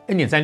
恩典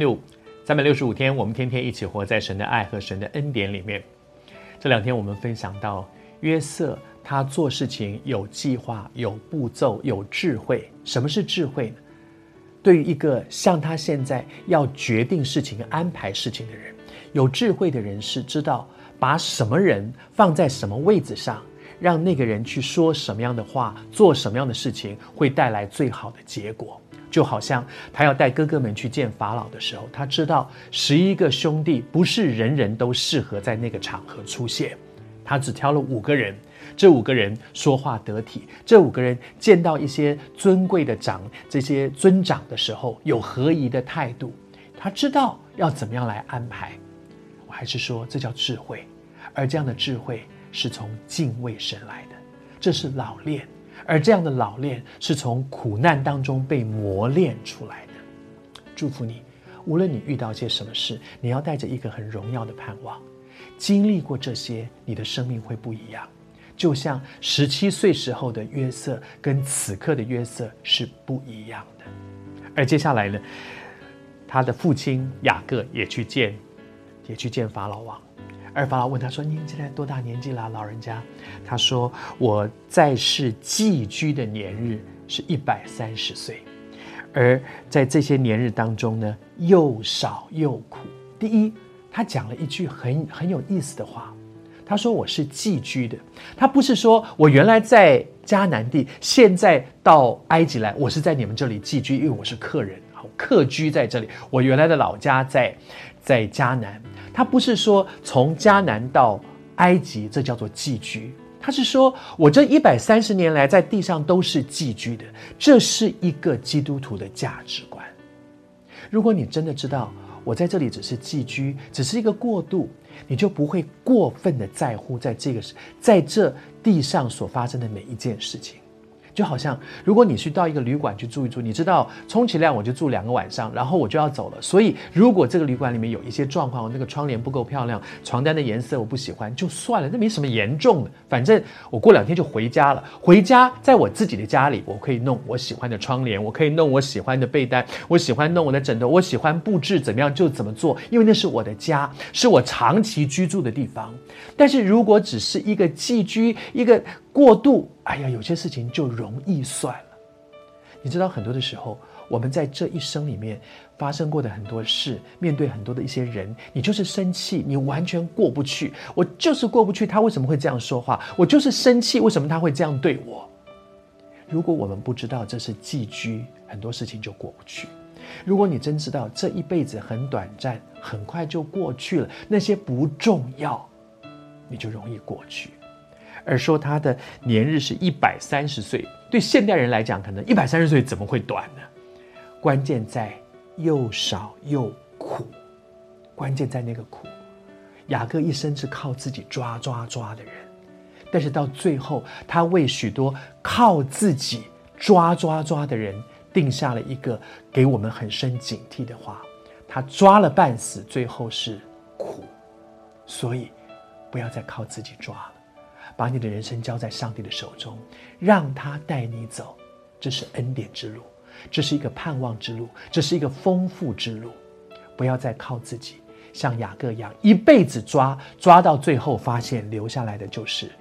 365天，我们天天一起活在神的爱和神的恩典里面。这2天我们分享到约瑟，他做事情有计划、有步骤、有智慧。什么是智慧呢？对于一个像他现在要决定事情、安排事情的人，有智慧的人是知道把什么人放在什么位置上，让那个人去说什么样的话，做什么样的事情，会带来最好的结果。就好像他要带哥哥们去见法老的时候，他知道11个兄弟不是人人都适合在那个场合出现，他只挑了5个人，这5个人说话得体，这5个人见到一些尊贵的这些尊长的时候有合宜的态度，他知道要怎么样来安排。我还是说这叫智慧，而这样的智慧是从敬畏神来的，这是老练，而这样的老练是从苦难当中被磨练出来的。祝福你，无论你遇到些什么事，你要带着一个很荣耀的盼望。经历过这些，你的生命会不一样。就像17岁时候的约瑟跟此刻的约瑟是不一样的。而接下来呢，他的父亲雅各也去见法老王。而法老问他说：“你现在多大年纪了，老人家？”他说：“我在世寄居的年日是130岁，而在这些年日当中呢，又少又苦。”第一，他讲了一句很有意思的话，他说：“我是寄居的。”他不是说我原来在迦南地，现在到埃及来，我是在你们这里寄居，因为我是客人，客居在这里。我原来的老家在迦南。他不是说从迦南到埃及，这叫做寄居。他是说我这130年来在地上都是寄居的，这是一个基督徒的价值观。如果你真的知道我在这里只是寄居，只是一个过渡，你就不会过分的在乎在这地上所发生的每一件事情。就好像如果你去到一个旅馆去住一住，你知道充其量我就住2个晚上，然后我就要走了。所以如果这个旅馆里面有一些状况，那个窗帘不够漂亮，床单的颜色我不喜欢，就算了，那没什么严重的，反正我过2天就回家了。回家在我自己的家里，我可以弄我喜欢的窗帘，我可以弄我喜欢的被单，我喜欢弄我的枕头，我喜欢布置怎么样就怎么做，因为那是我的家，是我长期居住的地方。但是如果只是一个寄居，一个过渡，哎呀，有些事情就容易算了。你知道很多的时候，我们在这一生里面发生过的很多事，面对很多的一些人，你就是生气，你完全过不去。我就是过不去，他为什么会这样说话？我就是生气，为什么他会这样对我？如果我们不知道这是寄居，很多事情就过不去。如果你真知道这一辈子很短暂，很快就过去了，那些不重要，你就容易过去。而说他的年日是130岁，对现代人来讲，可能130岁怎么会短呢？关键在又少又苦，关键在那个苦。雅各一生是靠自己抓的人，但是到最后，他为许多靠自己抓的人定下了一个给我们很深警惕的话：他抓了半死，最后是苦。所以不要再靠自己抓了，把你的人生交在上帝的手中，让他带你走。这是恩典之路，这是一个盼望之路，这是一个丰富之路。不要再靠自己，像雅各一样一辈子抓到最后发现留下来的就是